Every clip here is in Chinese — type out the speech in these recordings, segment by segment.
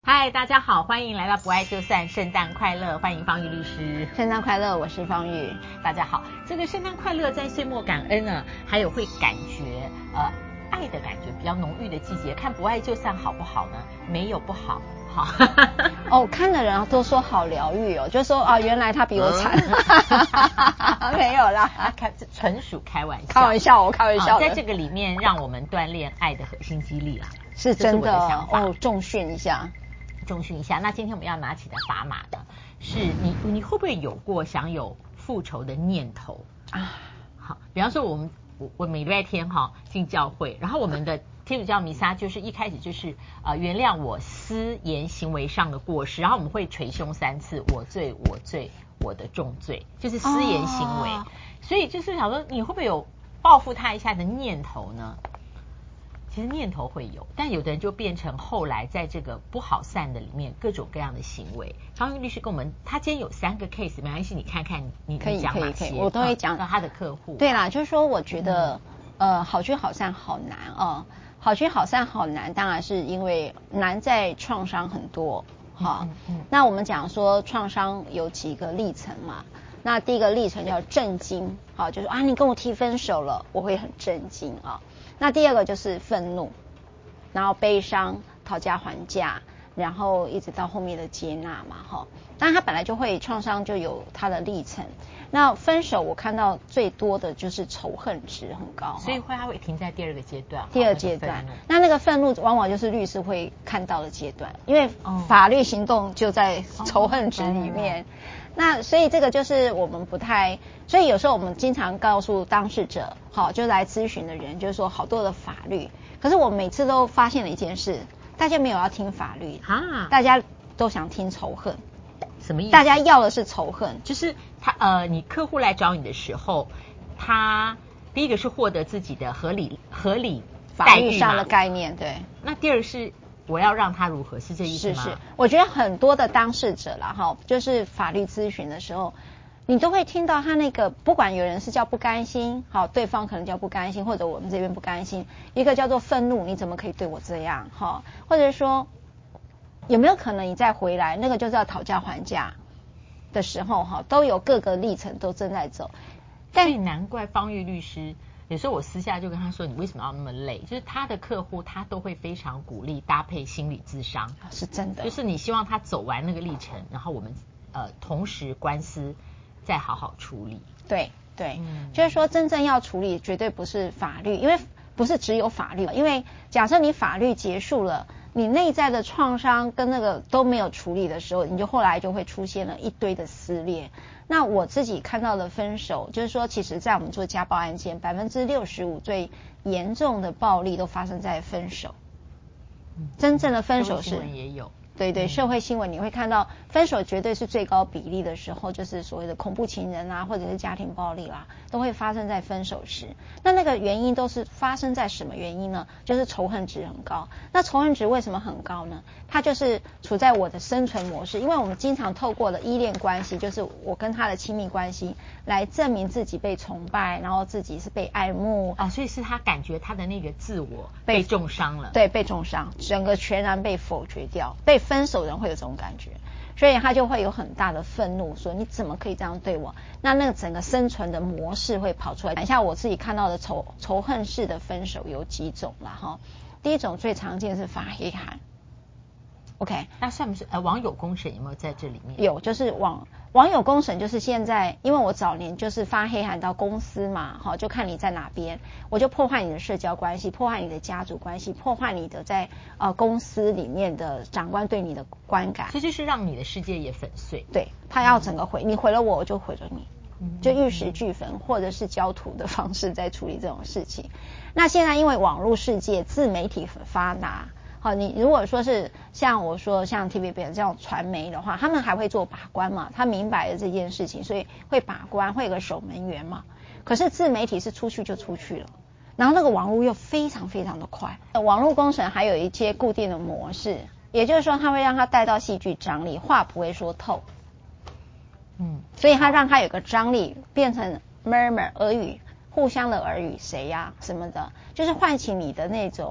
嗨，大家好，欢迎来到不爱就散，圣诞快乐！欢迎方玉律师。 圣诞快乐，我是方玉。 大家好，这个圣诞快乐在岁末感恩呢，还有会感觉爱的感觉比较浓郁的季节，看不爱就散好不好呢？没有不好。好哦，看的人都说好疗愈哦，就说啊，原来他比我惨，没有啦， 纯属开玩笑， 我开玩笑的。 在这个里面，让我们锻炼爱的核心肌力啦， 是真的哦， 重训一下。 那今天我们要拿起的砝码呢，是你会不会有过想有复仇的念头啊？好，比方说我每礼拜天进教会，然后我们的天主教弥撒就是一开始就是原谅我思言行为上的过失，然后我们会捶胸3次，我罪我罪我的重罪，就是思言行为。所以就是想说，你会不会有报复他一下的念头呢？其实念头会有，但有的人就变成后来在这个不好散的里面各种各样的行为。方玉律师跟我们，他今天有3个 case， 没关系，你看看你讲哪些， 我都会讲到他的客户。 对啦，就是说我觉得好聚好散好难哦，好聚好散好难，当然是因为难在创伤很多。好，那我们讲说创伤有几个历程嘛。那第一个历程叫震惊，好，就是你跟我提分手了，我会很震惊啊。那第二个就是愤怒，然后悲伤，讨价还价，然后一直到后面的接纳嘛，哈。当然他本来就会创伤就有他的历程。那分手我看到最多的就是仇恨值很高， 所以他会停在第2个阶段。 第2阶段，那个愤怒往往就是律师会看到的阶段，因为法律行动就在仇恨值里面。那所以这个就是我们不太，所以有时候我们经常告诉当事者，好，就来咨询的人，就是说好多的法律，可是我每次都发现了一件事，大家没有要听法律大家都想听仇恨。 什么意思？ 大家要的是仇恨， 就是你客户来找你的时候，他第一个是获得自己的合理法律上的概念，对。 那第2是我要让他如何，是这意思吗？ 是，我觉得很多的当事者啦哈，就是法律咨询的时候，你都会听到他那个，不管有人是叫不甘心，好，对方可能叫不甘心，或者我们这边不甘心，一个叫做愤怒，你怎么可以对我这样哈，或者说有没有可能你再回来，那个就是要讨价还价的时候哈，都有各个历程都正在走。 所以难怪方玉律师有时候我私下就跟他说，你为什么要那么累？就是他的客户他都会非常鼓励搭配心理咨商， 是真的， 就是你希望他走完那个历程，然后我们同时官司再好好处理。 对，就是说真正要处理绝对不是法律，因为不是只有法律，因为假设你法律结束了，你内在的创伤跟那个都没有处理的时候，你就后来就会出现了一堆的撕裂。那我自己看到的分手，就是说其实在我们做家暴案件，65%最严重的暴力都发生在分手。真正的分手是社会新闻也有， 对，社会新闻你会看到分手绝对是最高比例的时候，就是所谓的恐怖情人啊，或者是家庭暴力啦，都会发生在分手时。那个原因都是发生在什么原因呢？就是仇恨值很高。那仇恨值为什么很高呢？它就是处在我的生存模式，因为我们经常透过了依恋关系，就是我跟他的亲密关系，来证明自己被崇拜，然后自己是被爱慕。 所以是他感觉他的那个自我被重伤了。 对，被重伤，整个全然被否决掉。被分手人会有这种感觉，所以他就会有很大的愤怒，说你怎么可以这样对我？那个整个生存的模式会跑出来。等一下我自己看到的仇恨式的分手有几种啦哈。第一种最常见是发黑函。OK， 那算不是网友公审有没有在这里面？ 有，就是网友公审，就是现在，因为我早年就是发黑函到公司嘛，好，就看你在哪边，我就破坏你的社交关系，破坏你的家族关系，破坏你的在公司里面的长官对你的观感， 这就是让你的世界也粉碎。 对，他要整个毁，你毁了我，我就毁了你，就玉石俱焚，或者是焦土的方式在处理这种事情。那现在因为网络世界自媒体很发达。好，你如果说是像我说像 TVB 这样传媒的话，他们还会做把关嘛，他明白了这件事情，所以会把关，会有个守门员嘛。可是自媒体是出去就出去了，然后那个网络又非常非常的快。网络工程还有一些固定的模式，也就是说它会让它带到戏剧张力，话不会说透。所以它让它有个张力，变成 murmur 耳语，互相的耳语，谁呀什么的，就是唤起你的那种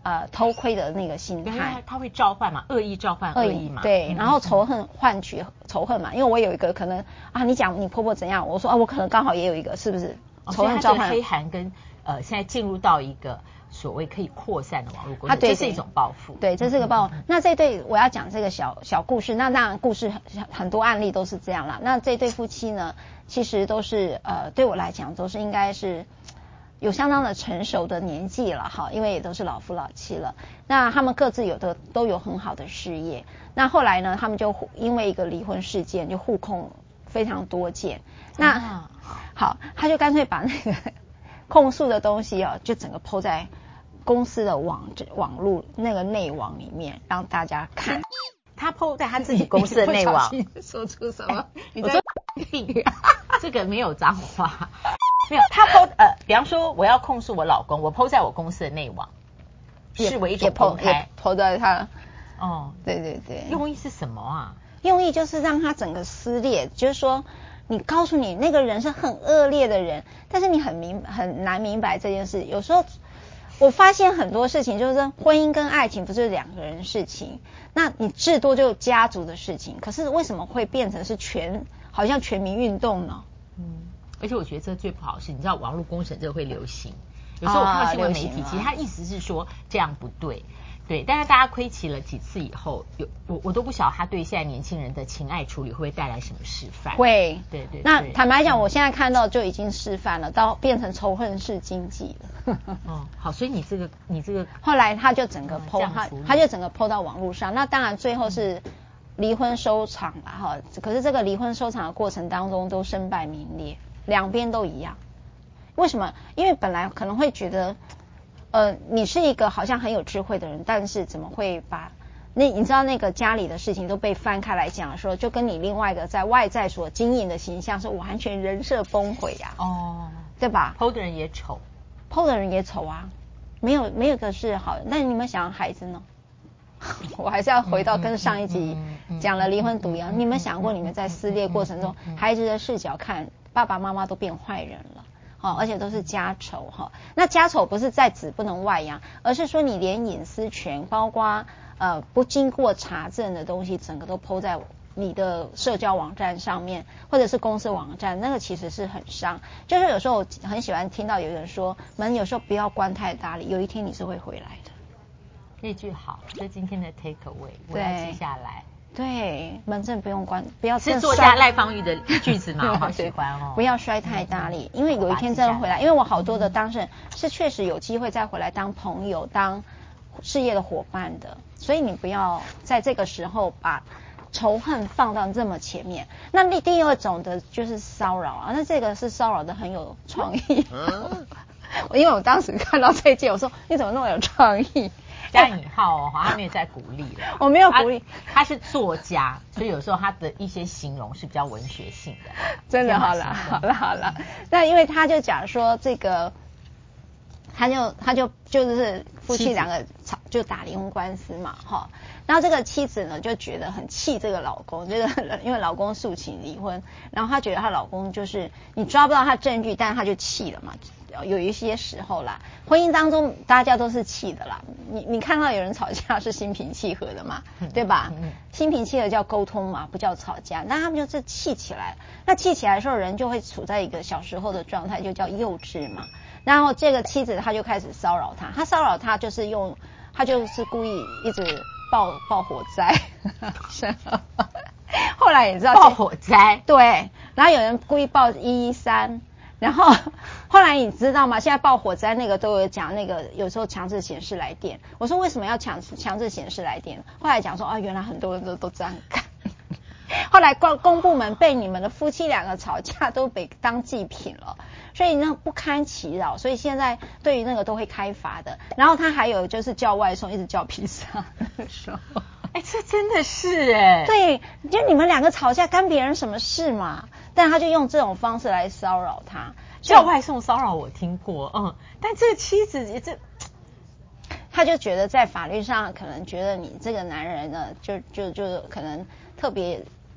偷窥的那个心态。 他会召唤嘛，恶意召唤恶意嘛。 对，然后仇恨换取仇恨嘛，因为我有一个可能你讲你婆婆怎样，我说我可能刚好也有一个，是不是？仇恨召唤。 黑函跟现在进入到一个所谓可以扩散的网络攻击，这是一种报复。 对，这是个报复。那这对我要讲这个小故事，那当然故事很多案例都是这样啦。那这对夫妻呢，其实都是对我来讲都是应该是有相当的成熟的年纪了哈，因为也都是老夫老妻了。那他们各自都有很好的事业。那后来呢，他们就因为一个离婚事件就互控非常多件。那好，他就干脆把那个控诉的东西就整个po在公司的网络那个内网里面让大家看。 他po在他自己公司的内网。 说出什么？ 你在病？这个没有脏话。没有，他po比方说我要控诉我老公，我po在我公司的内网，视为一种公开。 po在他。对对对。 用意是什么啊？ 用意就是让他整个撕裂，就是说你告诉你那个人是很恶劣的人，但是你很难明白这件事。有时候我发现很多事情就是婚姻跟爱情不是两个人事情，那你至多就家族的事情，可是为什么会变成是好像全民运动呢？ 而且我觉得这最不好是，你知道网络公审这个会流行，有时候我看到新闻媒体，其实他意思是说这样不对。对，但是大家窥其了几次以后，我都不晓得他对现在年轻人的情爱处理会带来什么示范。 会， 对。 那坦白讲，我现在看到就已经示范了，到变成仇恨式经济了。 好，所以你这个后来他就整个他就整个 po 到网络上，那当然最后是离婚收场了哈。可是这个离婚收场的过程当中都身败名裂，两边都一样。为什么？因为本来可能会觉得。你是一个好像很有智慧的人，但是怎么会把你知道那个家里的事情都被翻开来讲的时候，就跟你另外一个在外在所经营的形象是完全人设崩毁呀。对吧 ？PO 的人也丑 ，PO 的人也丑啊，没有一个是好的。那你们想孩子呢？我还是要回到跟上一集讲了离婚毒药。你们想过你们在撕裂过程中，孩子的视角看爸爸妈妈都变坏人了？而且都是家丑哈。那家丑不是在指不能外扬，而是说你连隐私权，包括不经过查证的东西，整个都 po 在你的社交网站上面，或者是公司网站，那个其实是很伤。就是有时候我很喜欢听到有人说，门有时候不要关太大力，有一天你是会回来的。 这句好，这今天的 take away， 我要记下来。 对，门真不用关，不要是作家赖芳玉的句子嘛，我好喜欢不要摔太大力，因为有一天真的回来。因为我好多的当事人是确实有机会再回来当朋友、当事业的伙伴的，所以你不要在这个时候把仇恨放到这么前面。那第二种的就是骚扰啊，那这个是骚扰的很有创意。因为我当时看到这一届，我说你怎么那么有创意？ 加引号他没有在鼓励了。 我没有鼓励， 他是作家，所以有时候他的一些形容是比较文学性的。 真的好了。那因为他就讲说这个，他就是夫妻两个就打离婚官司嘛，哈。然后这个妻子呢就觉得很气这个老公，这个因为老公诉请离婚，然后她觉得她老公就是你抓不到他证据，但是她就气了嘛。有一些时候啦，婚姻当中大家都是气的啦。你看到有人吵架是心平气和的嘛，对吧？心平气和叫沟通嘛，不叫吵架。那他们就是气起来，那气起来的时候人就会处在一个小时候的状态，就叫幼稚嘛。然后这个妻子她就开始骚扰他，她骚扰他就是故意一直报火灾。后来也知道报火灾， 对，然后有人故意报113。然后后来你知道吗？现在报火灾那个都有讲，那个有时候强制显示来电。我说为什么要强制显示来电？后来讲说原来很多人都这样干。后来公部门被你们的夫妻两个吵架都被当祭品了，所以呢不堪其扰，所以现在对于那个都会开罚的。然后他还有就是叫外送，一直叫披萨。 这真的是对，就你们两个吵架干别人什么事嘛？但他就用这种方式来骚扰他， 叫外送骚扰我听过，但这个妻子他就觉得在法律上可能觉得你这个男人呢，就可能特别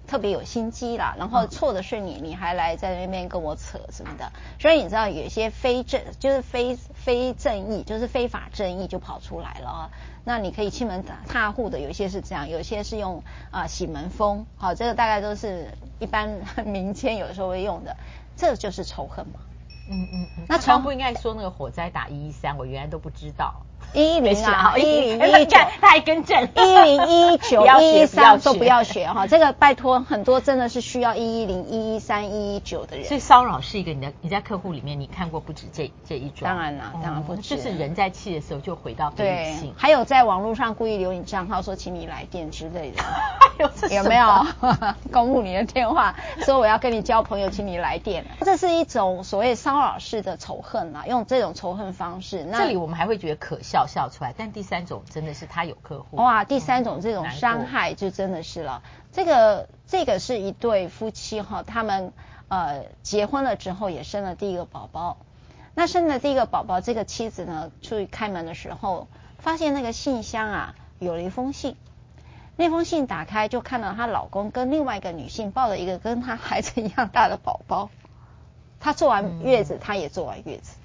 特别有心机啦，然后错的是你还来在那边跟我扯什么的，所以你知道有一些非正义，就是非法正义就跑出来了啊。那你可以欺门踏户的，有一些是这样，有些是用洗门风，好，这个大概都是一般民间有的时候会用的，这就是仇恨嘛。 那常不应该说那个火灾打113，我原来都不知道。 110啊 ，1019，他还更正 ，1019、113都不要学哈，这个拜托很多真的是需要110、113、119的人。 所以骚扰是一个你在客户里面你看过不止这一桩。 当然啦，当然不止。 就是人在气的时候就回到非理性。 还有在网络上故意留你账号说请你来电之类的，有没有？公布你的电话，说我要跟你交朋友，请你来电。这是一种所谓骚扰式的仇恨啊，用这种仇恨方式。 这里我们还会觉得可笑出来，但第三种真的是他有客户。 哇，第三种这种伤害就真的是了。这个是一对夫妻哈，他们结婚了之后也生了第一个宝宝。那生了第一个宝宝，这个妻子呢出去开门的时候，发现那个信箱啊有了一封信。那封信打开就看到她老公跟另外一个女性抱了一个跟她孩子一样大的宝宝。她做完月子，她也做完月子。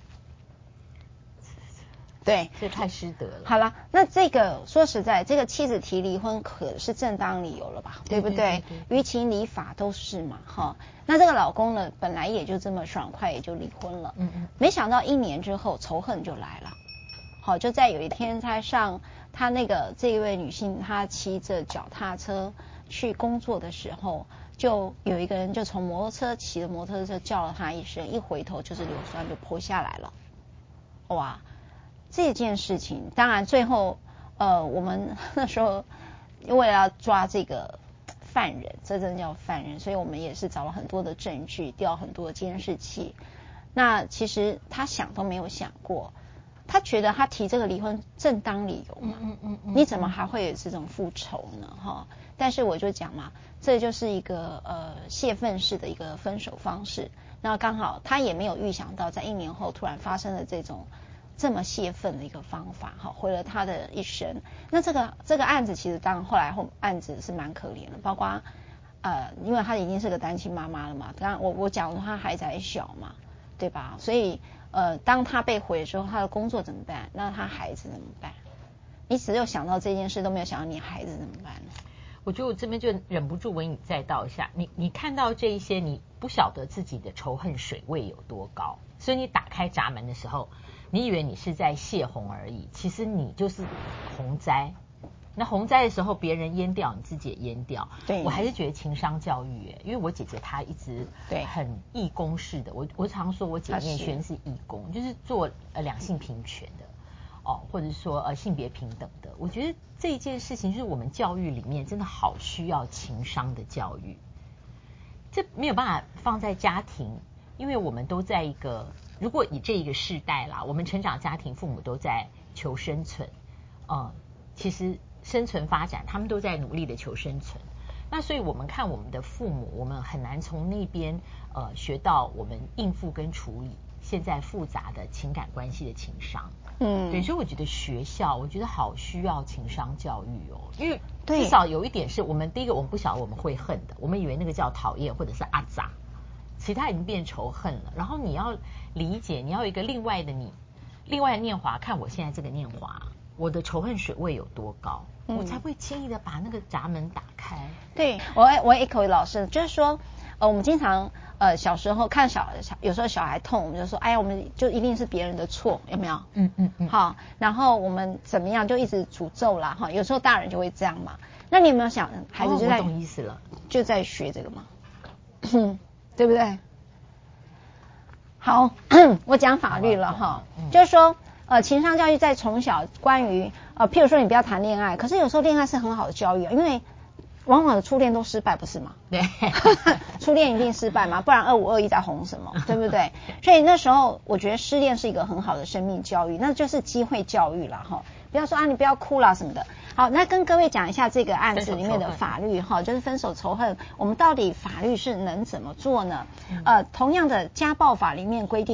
对， 这太失德了。 好了，那这个说实在，这个妻子提离婚可是正当理由了吧？对不对？于情理法都是嘛，哈。那这个老公呢，本来也就这么爽快，也就离婚了。没想到1年之后，仇恨就来了。好，就在有一天，他那个这一位女性，她骑着脚踏车去工作的时候，就有一个人就从骑着摩托车叫了她一声，一回头就是硫酸就泼下来了。哇！这件事情，当然最后，我们那时候为了要抓这个犯人，这真的叫犯人，所以我们也是找了很多的证据，调很多的监视器。那其实他想都没有想过，他觉得他提这个离婚正当理由嘛，你怎么还会有这种复仇呢？哈，但是我就讲嘛，这就是一个泄愤式的一个分手方式。那刚好他也没有预想到，在1年后突然发生了这么泄愤的一个方法，哈，毁了他的一生。那这个案子其实当然后来案子是蛮可怜的，包括因为他已经是个单亲妈妈了嘛，当然我讲说他孩子还小嘛，对吧？所以当他被毁的时候，他的工作怎么办？那他孩子怎么办？你只有想到这件事，都没有想到你孩子怎么办呢？ 我觉得我这边就忍不住为你再道一下，你看到这一些，你不晓得自己的仇恨水位有多高，所以你打开闸门的时候，你以为你是在泄洪而已，其实你就是洪灾。那洪灾的时候，别人淹掉，你自己也淹掉。 对， 我还是觉得情商教育，因为我姐姐她一直很义工式的，我常说我姐念轩是义工，就是做两性平权的。或者说性别平等的，我觉得这一件事情就是我们教育里面真的好需要情商的教育，这没有办法放在家庭，因为我们都在一个，如果以这一个世代啦，我们成长家庭父母都在求生存，其实生存发展他们都在努力的求生存，那所以我们看我们的父母，我们很难从那边学到我们应付跟处理现在复杂的情感关系的情商。对，所以我觉得学校，我觉得好需要情商教育哦，因为至少有一点是我们第一个，我们不晓得我们会恨的，我们以为那个叫讨厌或者是阿杂，其他已经变仇恨了。然后你要理解，你要有一个另外的念华，看我现在这个念华，我的仇恨水位有多高，我才会轻易的把那个闸门打开。 对，我 echo 老师，就是说，我们经常小时候看有时候小孩痛，我们就说，哎呀，我们就一定是别人的错，有没有？好，然后我们怎么样就一直诅咒啦，哈，有时候大人就会这样嘛。那你有没有想，孩子就在我懂意思了， 就在学这个嘛，对不对？好，我讲法律了哈，就是说。情商教育在从小关于譬如说你不要谈恋爱，可是有时候恋爱是很好的教育，因为往往的初恋都失败，不是吗？ 对，初恋一定失败嘛，不然2521在红什么，对不对？所以那时候我觉得失恋是一个很好的生命教育，那就是机会教育啦哈。不要说你不要哭啦什么的。好，那跟各位讲一下这个案子里面的法律哈，就是分手仇恨，我们到底法律是能怎么做呢？同样的家暴法里面规定了，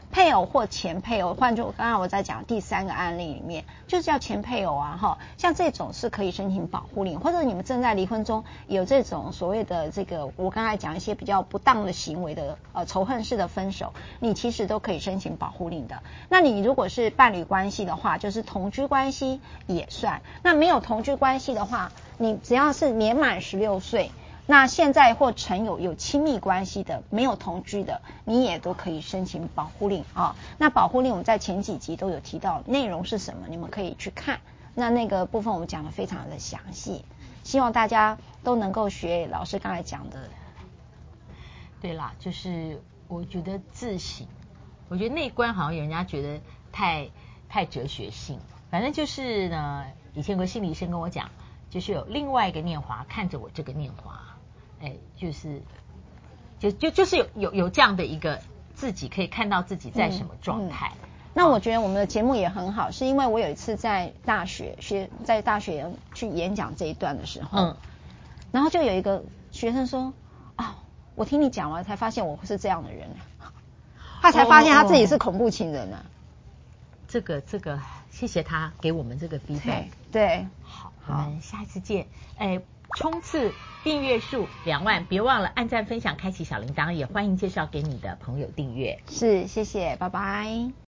配偶或前配偶，换作刚刚我在讲第3个案例里面，就是叫前配偶啊哈，像这种是可以申请保护令，或者你们正在离婚中有这种所谓的这个我刚才讲一些比较不当的行为的仇恨式的分手，你其实都可以申请保护令的。那你如果是伴侣关系的话，就是同居关系也算。那没有同居关系的话，你只要是年满16岁。那现在或曾有亲密关系的，没有同居的，你也都可以申请保护令啊。那保护令我们在前几集都有提到内容是什么，你们可以去看。那个部分我们讲得非常的详细，希望大家都能够学老师刚才讲的。 对啦，就是我觉得自省，我觉得内观好像有人家觉得太哲学性，反正就是呢，以前有个心理医生跟我讲，就是有另外一个念华看着我这个念华。就是有这样的一个自己可以看到自己在什么状态。 那我觉得我们的节目也很好，是因为我有一次在大学去演讲这一段的时候，然后就有一个学生说我听你讲完才发现我不是这样的人，他才发现他自己是恐怖情人啊。 这个谢谢他给我们这个 feedback。 对， 好，我们下一次见。冲刺订阅数2万，别忘了按赞分享开启小铃铛，也欢迎介绍给你的朋友订阅。 是，谢谢，拜拜。